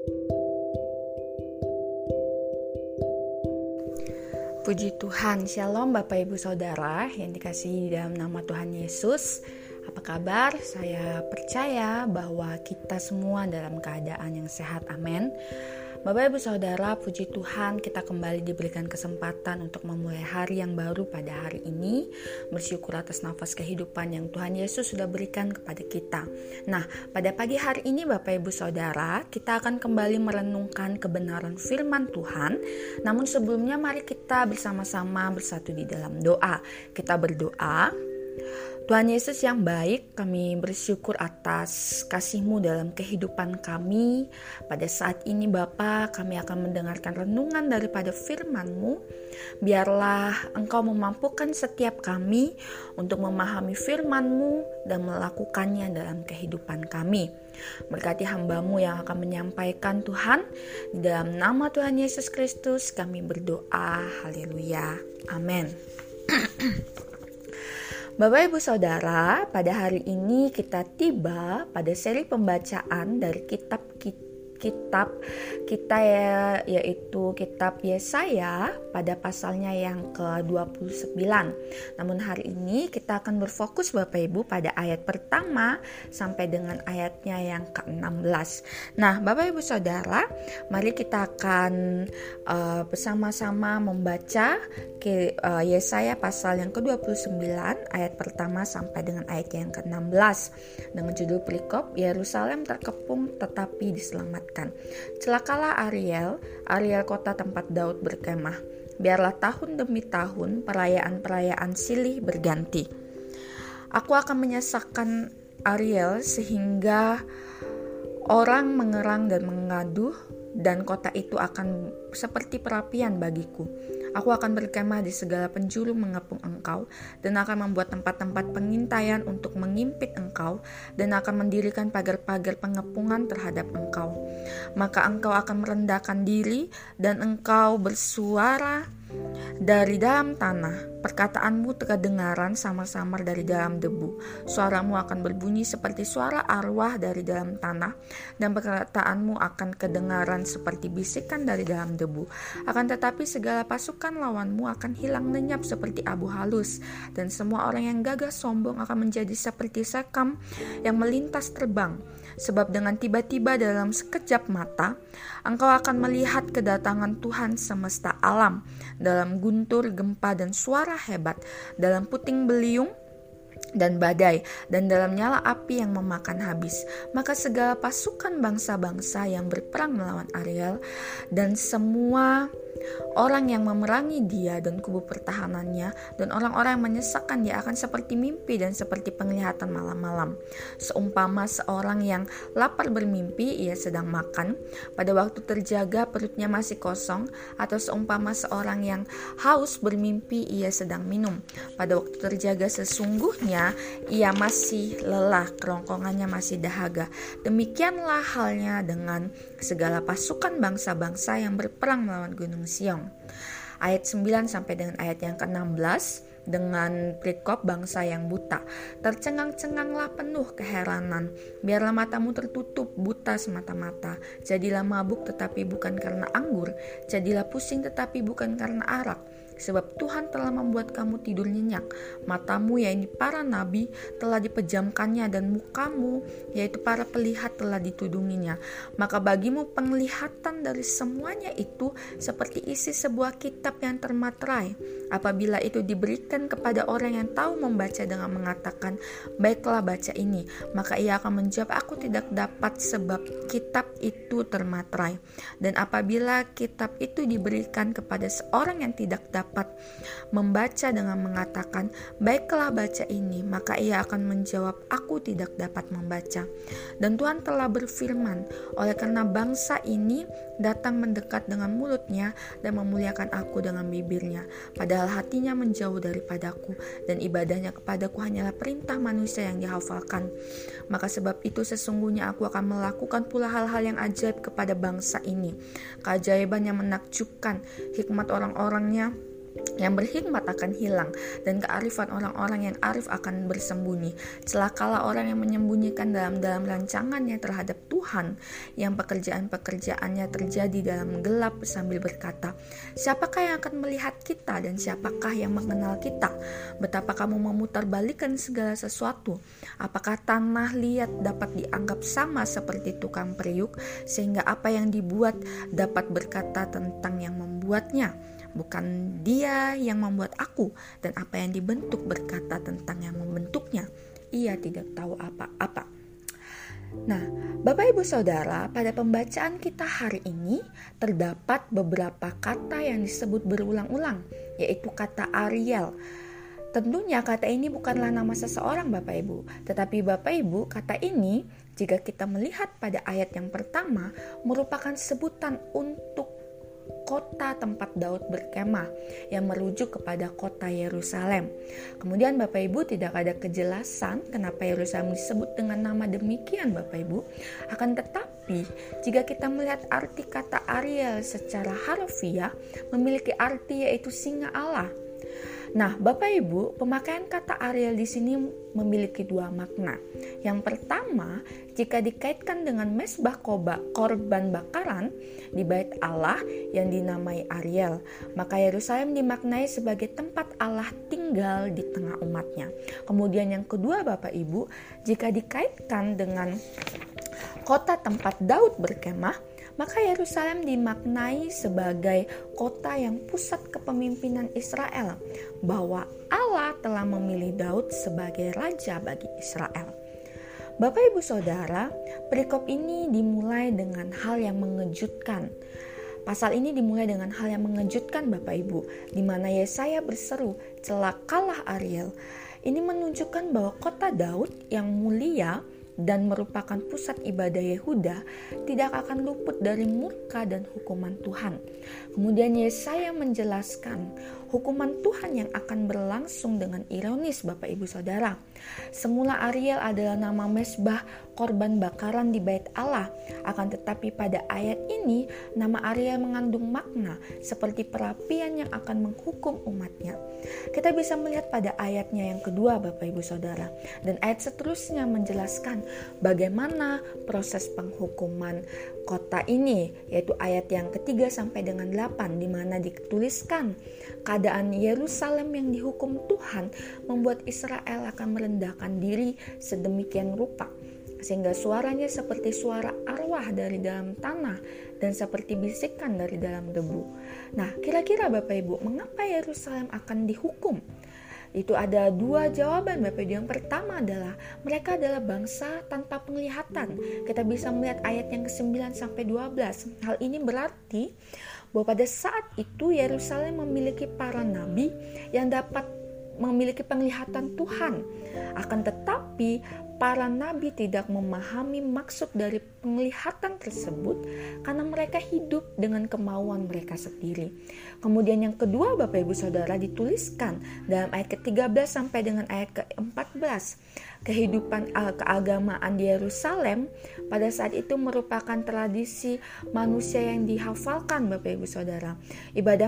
Puji Tuhan, Shalom Bapak Ibu Saudara yang dikasihi di dalam nama Tuhan Yesus. Apa kabar? Saya percaya bahwa kita semua dalam keadaan yang sehat, amin. Bapak Ibu Saudara, puji Tuhan kita kembali diberikan kesempatan untuk memulai hari yang baru pada hari ini. Bersyukur atas nafas kehidupan yang Tuhan Yesus sudah berikan kepada kita. Nah, pada pagi hari ini Bapak Ibu Saudara, kita akan kembali merenungkan kebenaran firman Tuhan. Namun sebelumnya mari kita bersama-sama bersatu di dalam doa. Kita berdoa. Tuhan Yesus yang baik, kami bersyukur atas kasih-Mu dalam kehidupan kami. Pada saat ini Bapa, kami akan mendengarkan renungan daripada firman-Mu. Biarlah Engkau memampukan setiap kami untuk memahami firman-Mu dan melakukannya dalam kehidupan kami. Berkati hamba-Mu yang akan menyampaikan Tuhan. Di dalam nama Tuhan Yesus Kristus kami berdoa. Haleluya. Amin. Bapak Ibu Saudara, pada hari ini kita tiba pada seri pembacaan dari kitab kita yaitu kitab Yesaya pada pasalnya yang ke-29. Namun hari ini kita akan berfokus Bapak Ibu pada ayat pertama sampai dengan ayatnya yang ke-16. Nah, Bapak Ibu Saudara, mari kita akan bersama-sama membaca Yesaya pasal yang ke-29 ayat pertama sampai dengan ayat yang ke-16 dengan judul perikop Yerusalem terkepung tetapi diselamatkan. Celakalah Ariel kota tempat Daud berkemah. Biarlah tahun demi tahun perayaan-perayaan silih berganti. Aku akan menyesakkan Ariel sehingga orang mengerang dan mengaduh, dan kota itu akan seperti perapian bagiku. Aku akan berkemah di segala penjuru mengepung engkau, dan akan membuat tempat-tempat pengintaian untuk mengimpit engkau, dan akan mendirikan pagar-pagar pengepungan terhadap engkau. Maka engkau akan merendahkan diri, dan engkau bersuara dari dalam tanah. Perkataanmu terdengaran samar-samar dari dalam debu. Suaramu akan berbunyi seperti suara arwah dari dalam tanah, dan perkataanmu akan kedengaran seperti bisikan dari dalam debu. Akan tetapi segala pasukan lawanmu akan hilang lenyap seperti abu halus, dan semua orang yang gagah sombong akan menjadi seperti sekam yang melintas terbang. Sebab dengan tiba-tiba dalam sekejap mata, engkau akan melihat kedatangan Tuhan semesta alam, dalam guntur, gempa, dan suara hebat, dalam puting beliung dan badai, dan dalam nyala api yang memakan habis. Maka segala pasukan bangsa-bangsa yang berperang melawan Ariel dan semua orang yang memerangi dia dan kubu pertahanannya dan orang-orang yang menyesakkan dia akan seperti mimpi dan seperti penglihatan malam-malam. Seumpama seorang yang lapar bermimpi, ia sedang makan, pada waktu terjaga perutnya masih kosong, atau seumpama seorang yang haus bermimpi, ia sedang minum, pada waktu terjaga sesungguhnya ia masih lelah, kerongkongannya masih dahaga. Demikianlah halnya dengan segala pasukan bangsa-bangsa yang berperang melawan Gunung Sion. Ayat 9 sampai dengan ayat yang ke-16 dengan perikop bangsa yang buta. Tercengang-cenganglah penuh keheranan. Biarlah matamu tertutup, buta semata-mata. Jadilah mabuk tetapi bukan karena anggur. Jadilah pusing tetapi bukan karena arak. Sebab Tuhan telah membuat kamu tidur nyenyak. Matamu, yaitu para nabi, telah dipejamkannya, dan mukamu, yaitu para pelihat, telah ditudunginya. Maka bagimu penglihatan dari semuanya itu seperti isi sebuah kitab yang termaterai. Apabila itu diberikan kepada orang yang tahu membaca dengan mengatakan, baiklah baca ini, maka ia akan menjawab, aku tidak dapat sebab kitab itu termaterai. Dan apabila kitab itu diberikan kepada seorang yang tidak dapat membaca dengan mengatakan, baiklah baca ini, maka ia akan menjawab, aku tidak dapat membaca. Dan Tuhan telah berfirman, oleh karena bangsa ini datang mendekat dengan mulutnya dan memuliakan aku dengan bibirnya, padahal hatinya menjauh daripadaku, dan ibadahnya kepadaku hanyalah perintah manusia yang dihafalkan. Maka sebab itu sesungguhnya aku akan melakukan pula hal-hal yang ajaib kepada bangsa ini, keajaiban yang menakjubkan, hikmat orang-orangnya Yang berhikmat akan hilang, dan kearifan orang-orang yang arif akan bersembunyi. Celakalah orang yang menyembunyikan dalam rancangannya terhadap Tuhan, yang pekerjaan-pekerjaannya terjadi dalam gelap sambil berkata, siapakah yang akan melihat kita dan siapakah yang mengenal kita? Betapa kamu memutarbalikkan segala sesuatu. Apakah tanah liat dapat dianggap sama seperti tukang periuk, sehingga apa yang dibuat dapat berkata tentang yang membuatnya? Bukan dia yang membuat aku, dan apa yang dibentuk berkata tentang yang membentuknya. Ia tidak tahu apa-apa. Nah, Bapak Ibu Saudara, pada pembacaan kita hari ini terdapat beberapa kata yang disebut berulang-ulang, yaitu kata Ariel. Tentunya kata ini bukanlah nama seseorang Bapak Ibu, tetapi Bapak Ibu, kata ini jika kita melihat pada ayat yang pertama merupakan sebutan untuk kota tempat Daud berkemah yang merujuk kepada kota Yerusalem. Kemudian Bapak Ibu, tidak ada kejelasan kenapa Yerusalem disebut dengan nama demikian Bapak Ibu. Akan tetapi jika kita melihat arti kata Ariel secara harfiah memiliki arti yaitu singa Allah. Nah, Bapak Ibu, pemakaian kata Ariel di sini memiliki dua makna. Yang pertama, jika dikaitkan dengan mesbah korban bakaran di bait Allah yang dinamai Ariel, maka Yerusalem dimaknai sebagai tempat Allah tinggal di tengah umatnya. Kemudian yang kedua Bapak Ibu, jika dikaitkan dengan kota tempat Daud berkemah, maka Yerusalem dimaknai sebagai kota yang pusat kepemimpinan Israel, bahwa Allah telah memilih Daud sebagai raja bagi Israel. Bapak Ibu Saudara, perikop ini dimulai dengan hal yang mengejutkan. Pasal ini dimulai dengan hal yang mengejutkan Bapak Ibu, di mana Yesaya berseru, celakalah Ariel. Ini menunjukkan bahwa kota Daud yang mulia dan merupakan pusat ibadah Yehuda tidak akan luput dari murka dan hukuman Tuhan. Kemudian Yesaya menjelaskan hukuman Tuhan yang akan berlangsung dengan ironis Bapak Ibu Saudara. Semula Ariel adalah nama mesbah korban bakaran di bait Allah, akan tetapi pada ayat ini nama Ariel mengandung makna seperti perapian yang akan menghukum umatnya. Kita bisa melihat pada ayatnya yang kedua Bapak Ibu Saudara, dan ayat seterusnya menjelaskan bagaimana proses penghukuman kota ini, yaitu ayat yang ketiga sampai dengan 8, di mana dituliskan keadaan Yerusalem yang dihukum Tuhan membuat Israel akan merendahkan diri sedemikian rupa, sehingga suaranya seperti suara arwah dari dalam tanah dan seperti bisikan dari dalam debu. Nah, kira-kira Bapak Ibu, mengapa Yerusalem akan dihukum? Itu ada dua jawaban Bapak Ibu. Yang pertama adalah mereka adalah bangsa tanpa penglihatan. Kita bisa melihat ayat yang ke-9 sampai 12. Hal ini berarti bahwa pada saat itu Yerusalem memiliki para nabi yang dapat memiliki penglihatan Tuhan. Akan tetapi para nabi tidak memahami maksud dari penglihatan tersebut karena mereka hidup dengan kemauan mereka sendiri. Kemudian yang kedua Bapak Ibu Saudara, dituliskan dalam ayat ke-13 sampai dengan ayat ke-14. Kehidupan keagamaan di Yerusalem pada saat itu merupakan tradisi manusia yang dihafalkan Bapak Ibu Saudara. Ibadah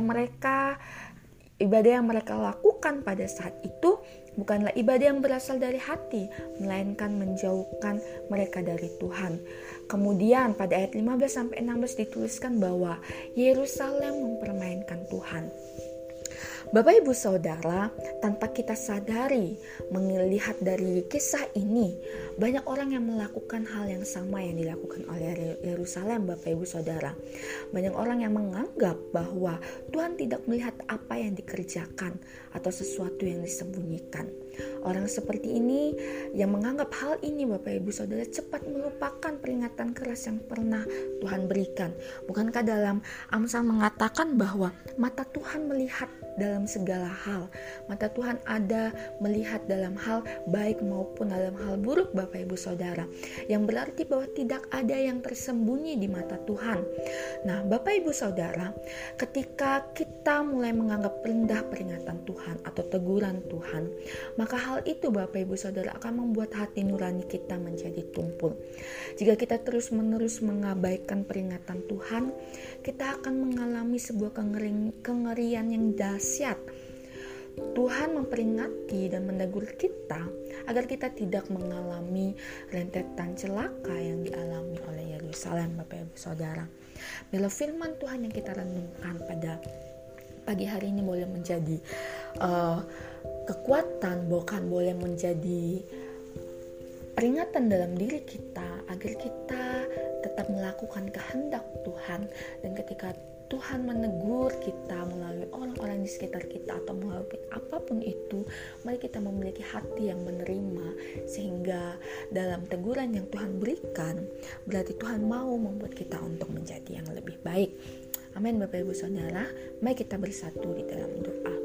yang mereka lakukan pada saat itu bukanlah ibadah yang berasal dari hati, melainkan menjauhkan mereka dari Tuhan. Kemudian pada ayat 15-16 dituliskan bahwa Yerusalem mempermainkan Tuhan. Bapak Ibu Saudara, tanpa kita sadari, melihat dari kisah ini, banyak orang yang melakukan hal yang sama yang dilakukan oleh Yerusalem Bapak Ibu Saudara. Banyak orang yang menganggap bahwa Tuhan tidak melihat apa yang dikerjakan atau sesuatu yang disembunyikan. Orang seperti ini yang menganggap hal ini Bapak Ibu Saudara cepat melupakan peringatan keras yang pernah Tuhan berikan. Bukankah dalam Amsal mengatakan bahwa mata Tuhan melihat dalam segala hal. Mata Tuhan ada melihat dalam hal baik maupun dalam hal buruk Bapak Ibu Saudara. Yang berarti bahwa tidak ada yang tersembunyi di mata Tuhan. Nah Bapak Ibu Saudara, ketika kita mulai menganggap rendah peringatan Tuhan atau teguran Tuhan, maka hal itu Bapak Ibu Saudara akan membuat hati nurani kita menjadi tumpul. Jika kita terus-menerus mengabaikan peringatan Tuhan, kita akan mengalami sebuah kengerian yang dahsyat. Tuhan memperingati dan menegur kita agar kita tidak mengalami rentetan celaka yang dialami oleh Yerusalem, Bapak Ibu Saudara. Bila firman Tuhan yang kita renungkan pada pagi hari ini boleh menjadi kekuatan, bahkan boleh menjadi peringatan dalam diri kita agar kita tetap melakukan kehendak Tuhan, dan ketika Tuhan menegur kita melalui orang-orang di sekitar kita atau melalui apapun itu, mari kita memiliki hati yang menerima, sehingga dalam teguran yang Tuhan berikan berarti Tuhan mau membuat kita untuk menjadi yang lebih baik. Amin Bapak Ibu Saudara. Mari kita bersatu di dalam doa.